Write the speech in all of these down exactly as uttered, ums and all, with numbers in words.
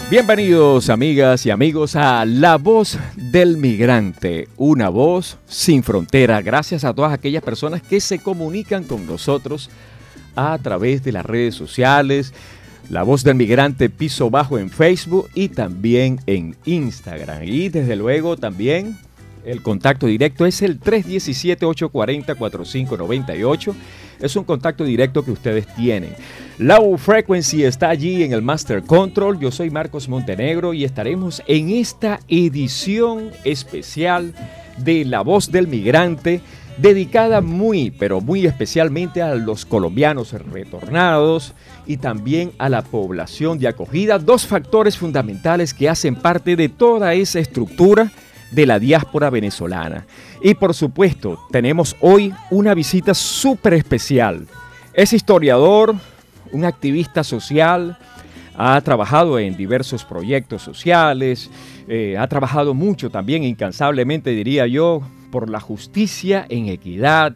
Bienvenidos amigas y amigos a La Voz del Migrante, una voz sin frontera. Gracias a todas aquellas personas que se comunican con nosotros a través de las redes sociales, La Voz del Migrante Piso Bajo en Facebook y también en Instagram. Y desde luego también el contacto directo es el tres uno siete, ocho cuatro cero, cuatro cinco nueve ocho. Es un contacto directo que ustedes tienen. Low Frequency está allí en el Master Control. Yo soy Marcos Montenegro y estaremos en esta edición especial de La Voz del Migrante, dedicada muy, pero muy especialmente a los colombianos retornados y también a la población de acogida. Dos factores fundamentales que hacen parte de toda esa estructura de la diáspora venezolana. Y por supuesto, tenemos hoy una visita súper especial. Es historiador, un activista social, ha trabajado en diversos proyectos sociales, eh, ha trabajado mucho también, incansablemente diría yo, por la justicia en equidad,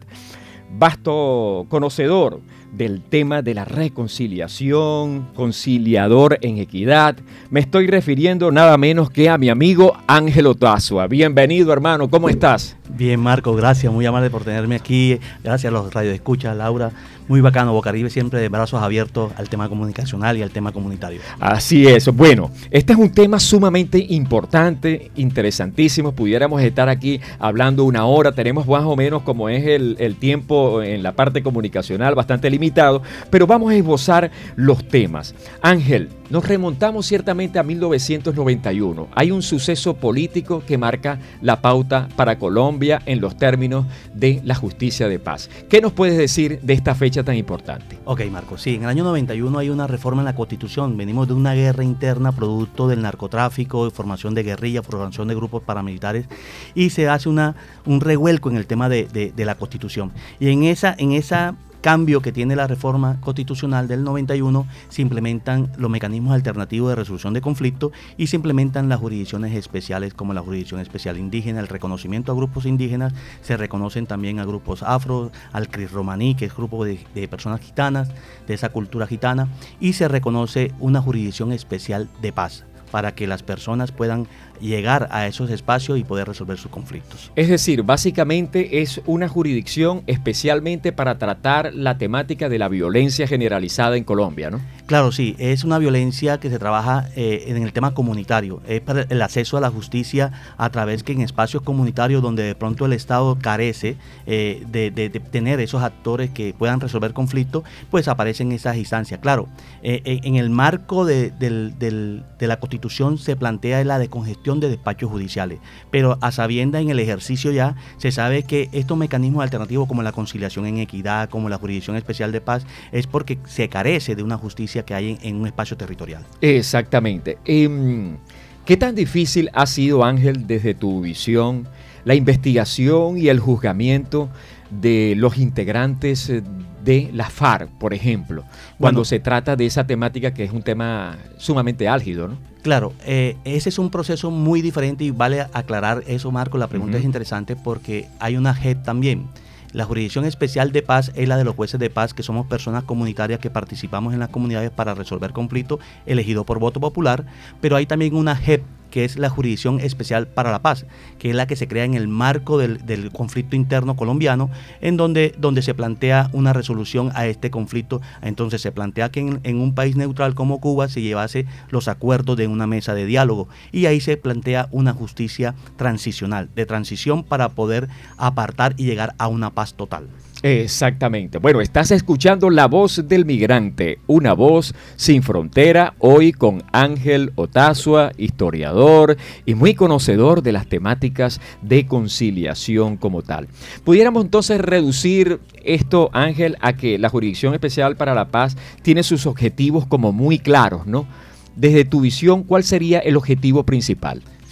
vasto conocedor del tema de la reconciliación, conciliador en equidad. Me estoy refiriendo nada menos que a mi amigo Ángel Otazua. Bienvenido, hermano, ¿cómo estás? Bien, Marco, gracias, muy amable por tenerme aquí. Gracias a los radioescuchas, Laura. Muy bacano, Bocaribe siempre de brazos abiertos al tema comunicacional y al tema comunitario. Así es. Bueno, este es un tema sumamente importante, interesantísimo. Pudiéramos estar aquí hablando una hora. Tenemos más o menos, como es el, el tiempo en la parte comunicacional, bastante limitado, pero vamos a esbozar los temas. Ángel, nos remontamos ciertamente a mil novecientos noventa y uno. Hay un suceso político que marca la pauta para Colombia en los términos de la justicia de paz. ¿Qué nos puedes decir de esta fecha tan importante? Ok, Marco, sí, en el año noventa y uno hay una reforma en la Constitución. Venimos de una guerra interna producto del narcotráfico, de formación de guerrilla, formación de grupos paramilitares, y se hace una, un revuelco en el tema de, de, de la Constitución. Y en esa, en esa cambio que tiene la reforma constitucional del noventa y uno, se implementan los mecanismos alternativos de resolución de conflictos y se implementan las jurisdicciones especiales como la jurisdicción especial indígena, el reconocimiento a grupos indígenas, se reconocen también a grupos afro, al cris romaní, que es grupo de, de personas gitanas, de esa cultura gitana, y se reconoce una jurisdicción especial de paz para que las personas puedan llegar a esos espacios y poder resolver sus conflictos. Es decir, básicamente es una jurisdicción especialmente para tratar la temática de la violencia generalizada en Colombia, ¿no? Claro, sí, es una violencia que se trabaja eh, en el tema comunitario, es para el acceso a la justicia a través que en espacios comunitarios donde de pronto el Estado carece eh, de, de, de tener esos actores que puedan resolver conflictos, pues aparecen esas instancias. Claro, eh, en el marco de, del, del, de la Constitución se plantea la decongestión de despachos judiciales, pero a sabiendas en el ejercicio ya se sabe que estos mecanismos alternativos como la conciliación en equidad, como la jurisdicción especial de paz, es porque se carece de una justicia que hay en, en un espacio territorial. Exactamente. Eh, ¿Qué tan difícil ha sido, Ángel, desde tu visión, la investigación y el juzgamiento de los integrantes de la FARC, por ejemplo, cuando bueno, se trata de esa temática que es un tema sumamente álgido, ¿no? Claro, eh, ese es un proceso muy diferente y vale aclarar eso, Marco. La pregunta uh-huh. es interesante porque hay una J E P también. La Jurisdicción Especial de Paz es la de los jueces de paz, que somos personas comunitarias que participamos en las comunidades para resolver conflictos elegidos por voto popular, pero hay también una J E P, que es la Jurisdicción Especial para la Paz, que es la que se crea en el marco del, del conflicto interno colombiano, en donde, donde se plantea una resolución a este conflicto. Entonces se plantea que en, en un país neutral como Cuba se llevase los acuerdos de una mesa de diálogo, y ahí se plantea una justicia transicional, de transición para poder apartar y llegar a una paz total. Exactamente. Bueno, estás escuchando La Voz del Migrante, una voz sin frontera, hoy con Ángel Otazua, historiador y muy conocedor de las temáticas de conciliación como tal. Pudiéramos entonces reducir esto, Ángel, a que la Jurisdicción Especial para la Paz tiene sus objetivos como muy claros, ¿no? Desde tu visión, ¿cuál sería el objetivo principal?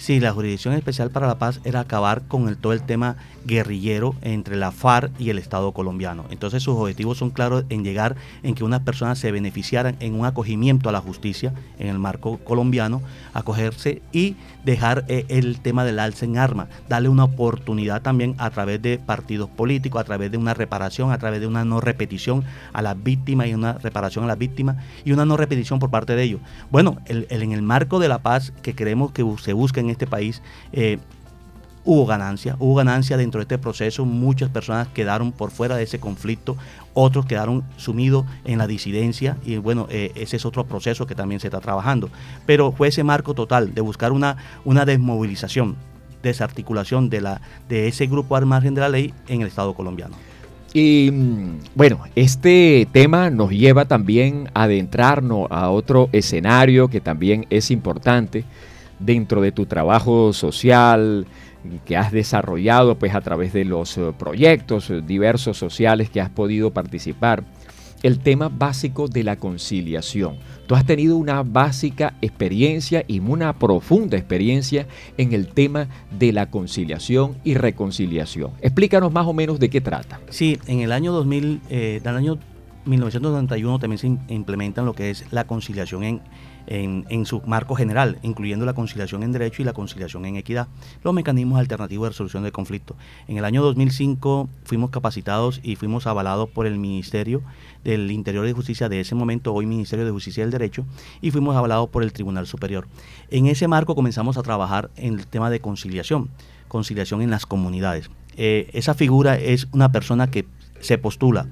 Sí, la Jurisdicción Especial para la Paz era acabar con el, todo el tema guerrillero entre la FARC y el Estado colombiano. Entonces sus objetivos son claros en llegar en que unas personas se beneficiaran en un acogimiento a la justicia en el marco colombiano, acogerse y dejar eh, el tema del alza en armas, darle una oportunidad también a través de partidos políticos, a través de una reparación, a través de una no repetición a las víctimas y una reparación a las víctimas y una no repetición por parte de ellos. Bueno, el, el, en el marco de la paz que queremos que se busque en este país, eh, hubo ganancia, hubo ganancia dentro de este proceso, muchas personas quedaron por fuera de ese conflicto, otros quedaron sumidos en la disidencia y bueno, eh, ese es otro proceso que también se está trabajando, pero fue ese marco total de buscar una, una desmovilización, desarticulación de, la, de ese grupo al margen de la ley en el Estado colombiano. Y bueno, este tema nos lleva también a adentrarnos a otro escenario que también es importante dentro de tu trabajo social que has desarrollado pues a través de los proyectos diversos sociales que has podido participar, el tema básico de la conciliación. Tú has tenido una básica experiencia y una profunda experiencia en el tema de la conciliación y reconciliación. Explícanos más o menos de qué trata. Sí, en el año dos mil, eh, en el año mil novecientos noventa y uno también se implementan lo que es la conciliación en En, en su marco general, incluyendo la conciliación en derecho y la conciliación en equidad, los mecanismos alternativos de resolución de conflictos. En el año dos mil cinco fuimos capacitados y fuimos avalados por el Ministerio del Interior y de Justicia de ese momento, hoy Ministerio de Justicia y del Derecho, y fuimos avalados por el Tribunal Superior. En ese marco comenzamos a trabajar en el tema de conciliación, conciliación en las comunidades. Eh, esa figura es una persona que se postula,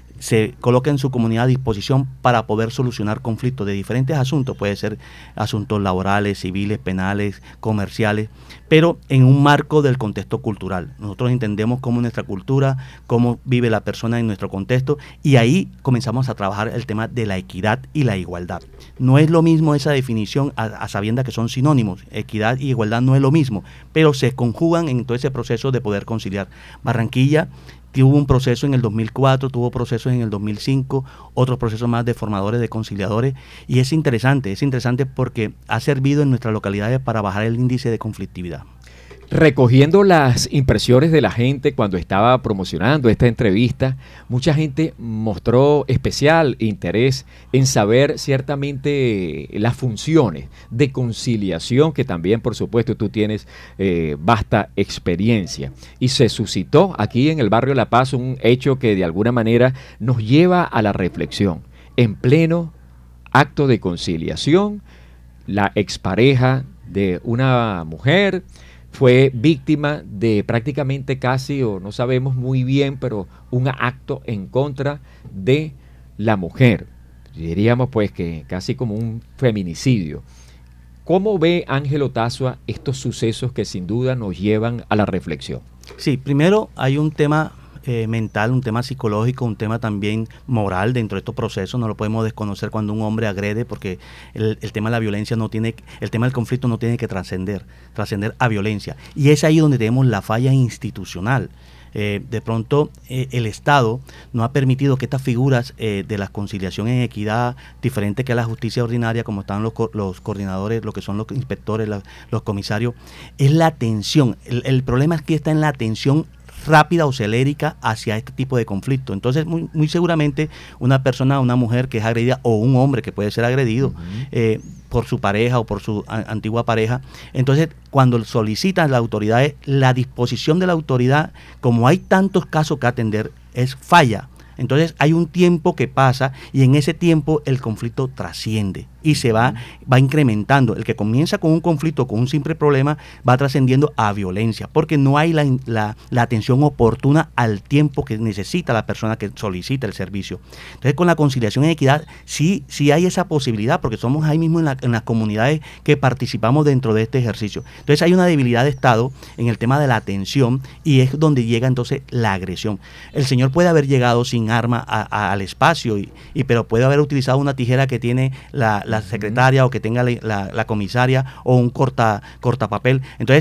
se coloca en su comunidad a disposición para poder solucionar conflictos de diferentes asuntos, puede ser asuntos laborales, civiles, penales, comerciales, pero en un marco del contexto cultural. Nosotros entendemos cómo nuestra cultura, cómo vive la persona en nuestro contexto, y ahí comenzamos a trabajar el tema de la equidad y la igualdad. No es lo mismo esa definición a, a sabiendas que son sinónimos, equidad y igualdad no es lo mismo, pero se conjugan en todo ese proceso de poder conciliar. Barranquilla tuvo un proceso en el dos mil cuatro, tuvo procesos en el dos mil cinco, otros procesos más de formadores, de conciliadores, y es interesante, es interesante porque ha servido en nuestras localidades para bajar el índice de conflictividad. Recogiendo las impresiones de la gente cuando estaba promocionando esta entrevista, mucha gente mostró especial interés en saber ciertamente las funciones de conciliación, que también por supuesto tú tienes eh, vasta experiencia. Y se suscitó aquí en el barrio La Paz un hecho que de alguna manera nos lleva a la reflexión. En pleno acto de conciliación, la expareja de una mujer fue víctima de prácticamente casi, o no sabemos muy bien, pero un acto en contra de la mujer. Diríamos pues que casi como un feminicidio. ¿Cómo ve Ángel Otazua estos sucesos que sin duda nos llevan a la reflexión? Sí, primero hay un tema eh, mental, un tema psicológico, un tema también moral dentro de estos procesos. No lo podemos desconocer cuando un hombre agrede, porque el, el tema de la violencia no tiene, el tema del conflicto no tiene que trascender, trascender a violencia. Y es ahí donde tenemos la falla institucional. Eh, de pronto eh, el Estado no ha permitido que estas figuras eh, de la conciliación en equidad, diferente que a la justicia ordinaria, como están los, los coordinadores, lo que son los inspectores, la, los comisarios, es la atención. El, el problema aquí está en la atención rápida o celérica hacia este tipo de conflicto. Entonces, muy, muy seguramente una persona, una mujer que es agredida, o un hombre que puede ser agredido uh-huh. eh, por su pareja o por su a, antigua pareja, entonces cuando solicitan las autoridades, la disposición de la autoridad, como hay tantos casos que atender, es falla. Entonces hay un tiempo que pasa y en ese tiempo el conflicto trasciende y se va, va incrementando. El que comienza con un conflicto, con un simple problema, va trascendiendo a violencia, porque no hay la, la, la atención oportuna al tiempo que necesita la persona que solicita el servicio. Entonces con la conciliación en equidad sí, sí hay esa posibilidad, porque somos ahí mismo en, la, en las comunidades que participamos dentro de este ejercicio. Entonces hay una debilidad de Estado en el tema de la atención y es donde llega entonces la agresión. El señor puede haber llegado sin arma a, a, al espacio, y, y pero puede haber utilizado una tijera que tiene la, la secretaria o que tenga la, la, la comisaria o un corta, cortapapel. Entonces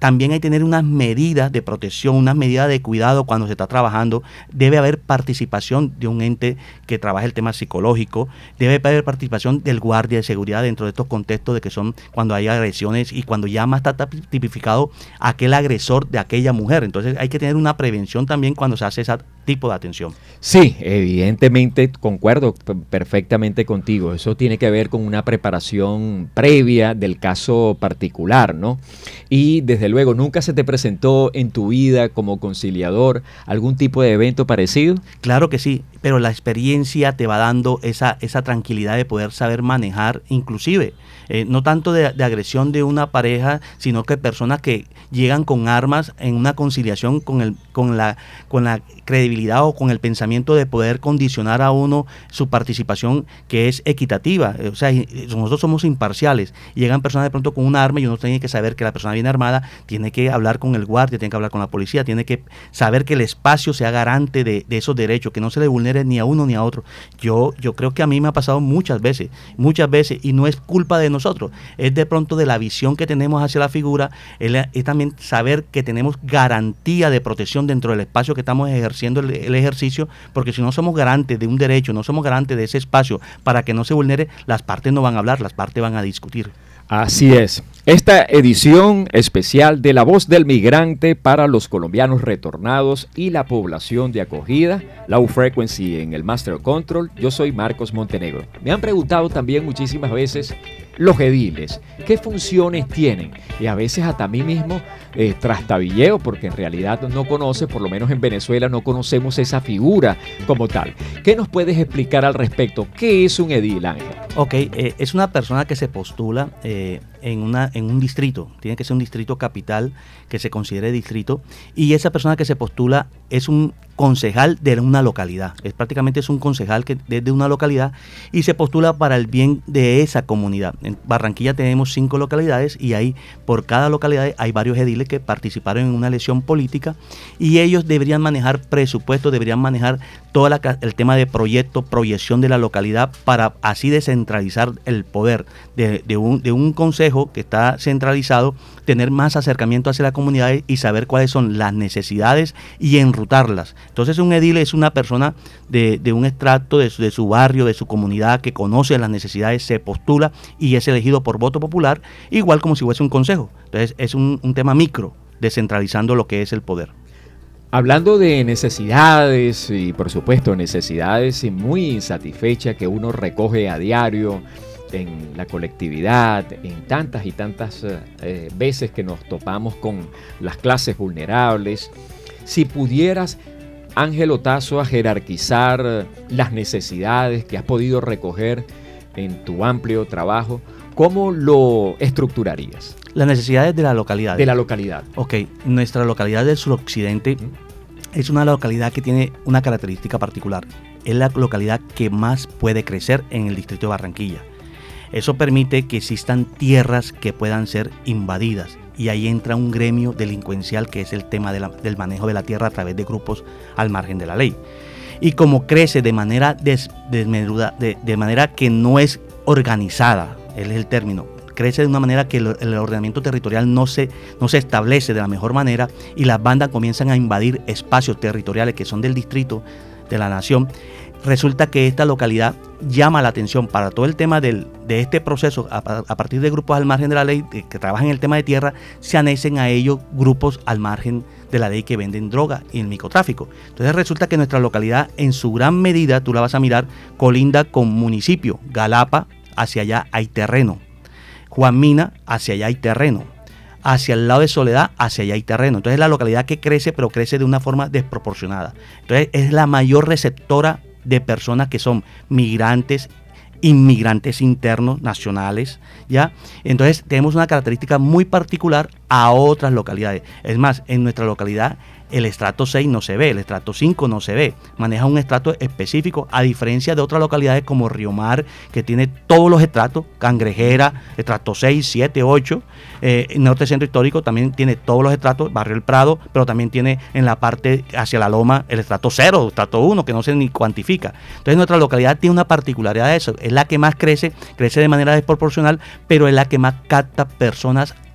también hay que tener unas medidas de protección, unas medidas de cuidado cuando se está trabajando. Debe haber participación de un ente que trabaje el tema psicológico, debe haber participación del guardia de seguridad dentro de estos contextos de que son cuando hay agresiones y cuando ya más está tipificado aquel agresor de aquella mujer. Entonces hay que tener una prevención también cuando se hace ese tipo de atención. Sí, evidentemente concuerdo perfectamente contigo. Eso tiene que ver con una preparación previa del caso particular, ¿no? Y desde luego, ¿nunca se te presentó en tu vida como conciliador algún tipo de evento parecido? Claro que sí, pero la experiencia te va dando esa, esa tranquilidad de poder saber manejar, inclusive, eh, no tanto de, de agresión de una pareja, sino que personas que llegan con armas en una conciliación con, el, con, la, con la credibilidad o con el pensamiento de poder condicionar a uno su participación, que es equitativa. O sea, nosotros somos imparciales. Llegan personas de pronto con un arma y uno tiene que saber que la persona viene armada, tiene que hablar con el guardia, tiene que hablar con la policía, tiene que saber que el espacio sea garante de, de esos derechos, que no se le vulnere ni a uno ni a otro. Yo, yo creo que a mí me ha pasado muchas veces, muchas veces, y no es culpa de nosotros, es de pronto de la visión que tenemos hacia la figura, es, es también saber que tenemos garantía de protección dentro del espacio que estamos ejerciendo el, el ejercicio, porque si no somos garantes de un derecho, no somos garantes de ese espacio para que no se vulnere, las partes no van a hablar, las partes van a discutir. Así es. Esta edición especial de La Voz del Migrante para los colombianos retornados y la población de acogida, Low Frequency en el Master Control. Yo soy Marcos Montenegro. Me han preguntado también muchísimas veces los ediles, ¿qué funciones tienen? Y a veces hasta a mí mismo eh, trastabilleo, porque en realidad no conoce, por lo menos en Venezuela no conocemos esa figura como tal. ¿Qué nos puedes explicar al respecto? ¿Qué es un edil, Ángel? Ok, eh, es una persona que se postula eh, en, una, en un distrito, tiene que ser un distrito capital que se considere distrito, y esa persona que se postula es un concejal de una localidad, es prácticamente es un concejal que desde una localidad y se postula para el bien de esa comunidad. En Barranquilla tenemos cinco localidades y ahí por cada localidad hay varios ediles que participaron en una elección política y ellos deberían manejar presupuestos, deberían manejar todo la, el tema de proyecto, proyección de la localidad para así descentralizar el poder de, de, un, de un consejo que está centralizado, tener más acercamiento hacia la comunidad y saber cuáles son las necesidades y enrutarlas. Entonces un edil es una persona de, de un extracto de su, de su barrio, de su comunidad, que conoce las necesidades, se postula y es elegido por voto popular, igual como si fuese un consejo. Entonces es un, un tema micro, descentralizando lo que es el poder. Hablando de necesidades y por supuesto necesidades muy insatisfechas que uno recoge a diario en la colectividad, en tantas y tantas eh, veces que nos topamos con las clases vulnerables, si pudieras, Ángel Otazo, a jerarquizar las necesidades que has podido recoger en tu amplio trabajo, ¿cómo lo estructurarías? Las necesidades de la localidad. De la localidad. Ok, nuestra localidad del suroccidente ¿Mm? es una localidad que tiene una característica particular. Es la localidad que más puede crecer en el distrito de Barranquilla. Eso permite que existan tierras que puedan ser invadidas. Y ahí entra un gremio delincuencial que es el tema de la, del manejo de la tierra a través de grupos al margen de la ley. Y como crece de manera, des, desmenuda, de, de manera que no es organizada, es el término, crece de una manera que el, el ordenamiento territorial no se, no se establece de la mejor manera y las bandas comienzan a invadir espacios territoriales que son del distrito, de la nación. Resulta que esta localidad llama la atención para todo el tema del, de este proceso, a, a partir de grupos al margen de la ley que, que trabajan en el tema de tierra, se anexen a ellos grupos al margen de la ley que venden droga y el microtráfico. Entonces resulta que nuestra localidad en su gran medida, tú la vas a mirar, colinda con municipio, Galapa, hacia allá hay terreno, Juan Mina, hacia allá hay terreno, hacia el lado de Soledad, hacia allá hay terreno. Entonces es la localidad que crece, pero crece de una forma desproporcionada. Entonces es la mayor receptora de personas que son migrantes, inmigrantes internos, nacionales, ¿ya? Entonces tenemos una característica muy particular a otras localidades. Es más, en nuestra localidad el estrato seis no se ve, el estrato cinco no se ve, maneja un estrato específico, a diferencia de otras localidades como Río Mar, que tiene todos los estratos, Cangrejera, estrato seis, siete, ocho, eh, Norte Centro Histórico también tiene todos los estratos, Barrio El Prado, pero también tiene en la parte hacia la Loma el estrato cero, estrato uno, que no se ni cuantifica. Entonces nuestra localidad tiene una particularidad de eso, es la que más crece, crece de manera desproporcional, pero es la que más capta personas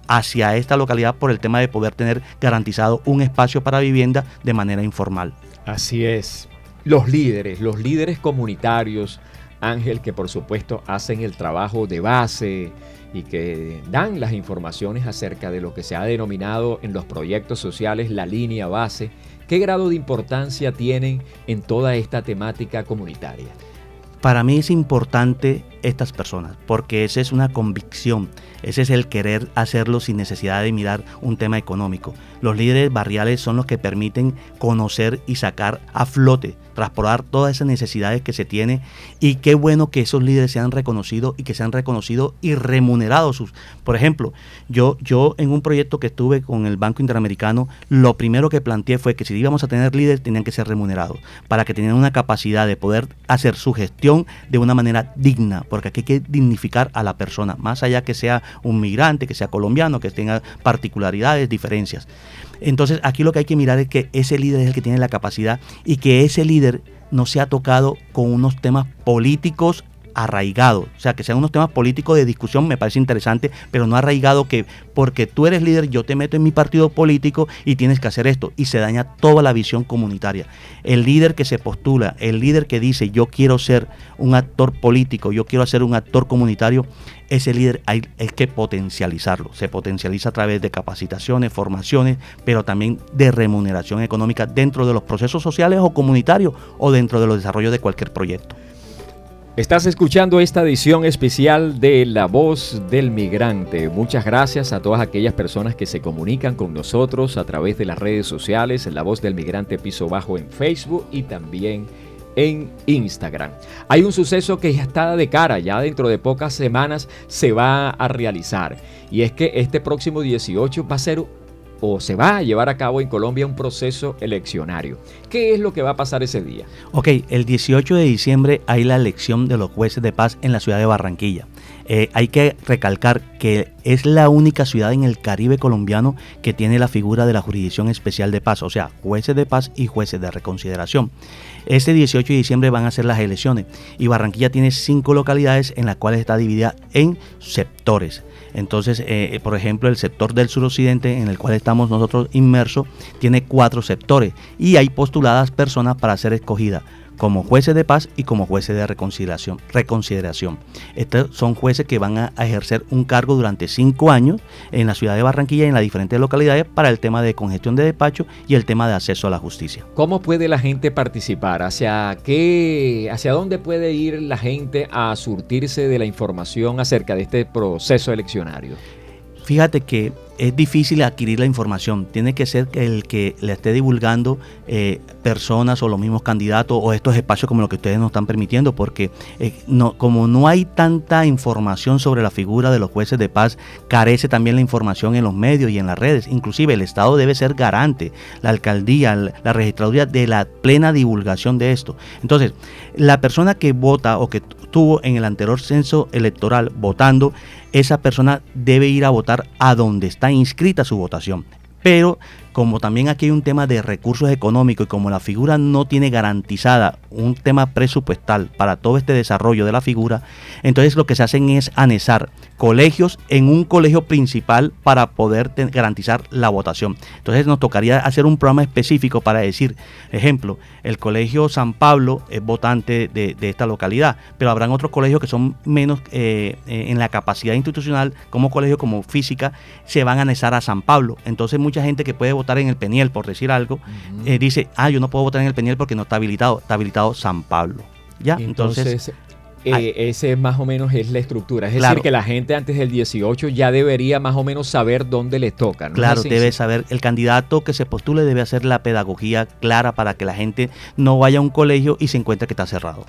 hacia esta localidad por el tema de poder tener garantizado un espacio para vivienda de manera informal. Así es. Los líderes, los líderes comunitarios, Ángel, que por supuesto hacen el trabajo de base y que dan las informaciones acerca de lo que se ha denominado en los proyectos sociales la línea base. ¿Qué grado de importancia tienen en toda esta temática comunitaria? Para mí es importante estas personas, porque esa es una convicción, ese es el querer hacerlo sin necesidad de mirar un tema económico. Los líderes barriales son los que permiten conocer y sacar a flote, transportar todas esas necesidades que se tiene, y qué bueno que esos líderes sean reconocidos y que sean reconocidos y remunerados. Sus, por ejemplo, yo, yo en un proyecto que estuve con el Banco Interamericano, lo primero que planteé fue que si íbamos a tener líderes tenían que ser remunerados, para que tengan una capacidad de poder hacer su gestión de una manera digna, porque aquí hay que dignificar a la persona, más allá que sea un migrante, que sea colombiano, que tenga particularidades, diferencias. Entonces aquí lo que hay que mirar es que ese líder es el que tiene la capacidad y que ese líder no sea tocado con unos temas políticos arraigados, o sea, que sean unos temas políticos de discusión, me parece interesante, pero no arraigado que porque tú eres líder yo te meto en mi partido político y tienes que hacer esto, y se daña toda la visión comunitaria. El líder que se postula, el líder que dice yo quiero ser un actor político, yo quiero ser un actor comunitario, ese líder hay, hay que potencializarlo. Se potencializa a través de capacitaciones, formaciones, pero también de remuneración económica dentro de los procesos sociales o comunitarios o dentro de los desarrollos de cualquier proyecto. Estás escuchando esta edición especial de La Voz del Migrante. Muchas gracias a todas aquellas personas que se comunican con nosotros a través de las redes sociales, La Voz del Migrante Piso Bajo en Facebook y también en Instagram. Hay un suceso que ya está de cara, ya dentro de pocas semanas se va a realizar, y es que este próximo dieciocho va a ser o se va a llevar a cabo en Colombia un proceso eleccionario. ¿Qué es lo que va a pasar ese día? Ok, el dieciocho de diciembre hay la elección de los jueces de paz en la ciudad de Barranquilla. Eh, hay que recalcar que es la única ciudad en el Caribe colombiano que tiene la figura de la Jurisdicción Especial de Paz, o sea, jueces de paz y jueces de reconsideración. Este dieciocho de diciembre van a ser las elecciones y Barranquilla tiene cinco localidades en las cuales está dividida en sectores. Entonces, eh, por ejemplo, el sector del suroccidente, en el cual estamos nosotros inmersos, tiene cuatro sectores y hay postuladas personas para ser escogidas como jueces de paz y como jueces de reconsideración. reconsideración. Estos son jueces que van a ejercer un cargo durante cinco años en la ciudad de Barranquilla y en las diferentes localidades para el tema de congestión de despacho y el tema de acceso a la justicia. ¿Cómo puede la gente participar? ¿Hacia qué, hacia dónde puede ir la gente a surtirse de la información acerca de este proceso eleccionario? Fíjate que es difícil adquirir la información, tiene que ser el que le esté divulgando eh, personas o los mismos candidatos o estos espacios como los que ustedes nos están permitiendo, porque eh, no, como no hay tanta información sobre la figura de los jueces de paz, carece también la información en los medios y en las redes. Inclusive el Estado debe ser garante, la alcaldía, la registraduría, de la plena divulgación de esto. Entonces, la persona que vota o que estuvo en el anterior censo electoral votando, esa persona debe ir a votar a donde está inscrita su votación. Pero como también aquí hay un tema de recursos económicos y como la figura no tiene garantizada un tema presupuestal para todo este desarrollo de la figura, entonces lo que se hacen es anexar colegios en un colegio principal para poder te- garantizar la votación. Entonces nos tocaría hacer un programa específico para decir, ejemplo, el colegio San Pablo es votante de, de esta localidad, pero habrán otros colegios que son menos eh, eh, en la capacidad institucional, como colegio como física, se van a anexar a San Pablo. Entonces mucha gente que puede votar en el Peniel, por decir algo, uh-huh. eh, dice, ah, yo no puedo votar en el Peniel porque no está habilitado, está habilitado San Pablo. ¿Ya? Entonces, Entonces eh, ese más o menos es la estructura. Es claro, decir, que la gente antes del dieciocho ya debería más o menos saber dónde le toca, ¿no? Claro, así, debe sí. saber, el candidato que se postule debe hacer la pedagogía clara para que la gente no vaya a un colegio y se encuentre que está cerrado.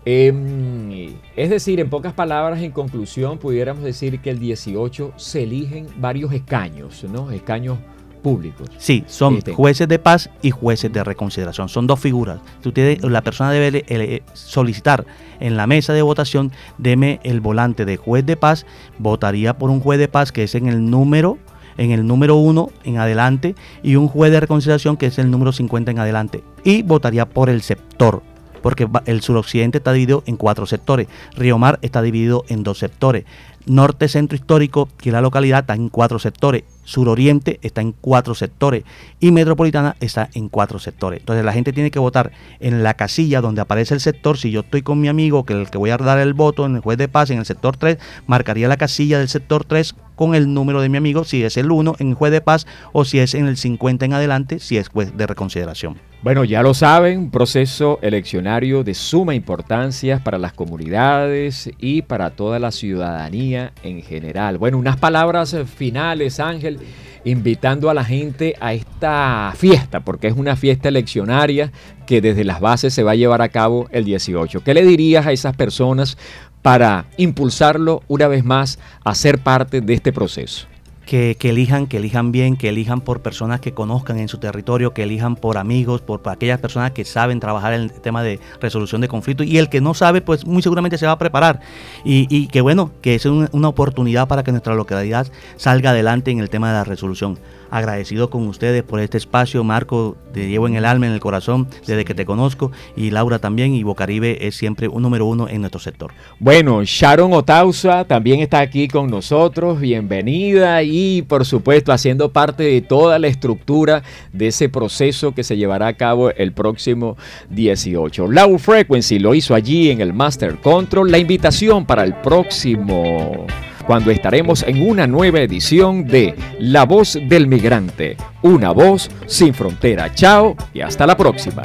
Eh, es decir, en pocas palabras, en conclusión, pudiéramos decir que el dieciocho se eligen varios escaños, ¿no? Escaños públicos. Sí, son este. jueces de paz y jueces de reconsideración. Son dos figuras. Usted, la persona debe eh, solicitar en la mesa de votación, deme el volante de juez de paz, votaría por un juez de paz que es en el número en el número uno en adelante y un juez de reconsideración que es el número cincuenta en adelante, y votaría por el sector, porque el suroccidente está dividido en cuatro sectores, Río Mar está dividido en dos sectores, Norte Centro Histórico, que es la localidad, está en cuatro sectores. Suroriente está en cuatro sectores y Metropolitana está en cuatro sectores. Entonces la gente tiene que votar en la casilla donde aparece el sector. Si yo estoy con mi amigo, que el que voy a dar el voto en el juez de paz en el sector tres, marcaría la casilla del sector tres con el número de mi amigo, si es el uno en el juez de paz o si es en el cincuenta en adelante, si es juez de reconsideración. Bueno, ya lo saben, un proceso eleccionario de suma importancia para las comunidades y para toda la ciudadanía en general. Bueno, unas palabras finales, Ángel, invitando a la gente a esta fiesta, porque es una fiesta eleccionaria que desde las bases se va a llevar a cabo el dieciocho. ¿Qué le dirías a esas personas para impulsarlo una vez más a ser parte de este proceso? Que, que elijan, que elijan bien, que elijan por personas que conozcan en su territorio, que elijan por amigos, por, por aquellas personas que saben trabajar en el tema de resolución de conflictos, y el que no sabe, pues muy seguramente se va a preparar. Y, y que bueno, que es un, una oportunidad para que nuestra localidad salga adelante en el tema de la resolución. Agradecido con ustedes por este espacio, Marco, te llevo en el alma, en el corazón, desde que te conozco, y Laura también, y Bocaribe es siempre un número uno en nuestro sector. Bueno, Sharon Otausa también está aquí con nosotros, bienvenida, y por supuesto haciendo parte de toda la estructura de ese proceso que se llevará a cabo el próximo dieciocho. Low Frequency lo hizo allí en el Master Control. La invitación para el próximo, cuando estaremos en una nueva edición de La Voz del Migrante, una voz sin frontera. Chao y hasta la próxima.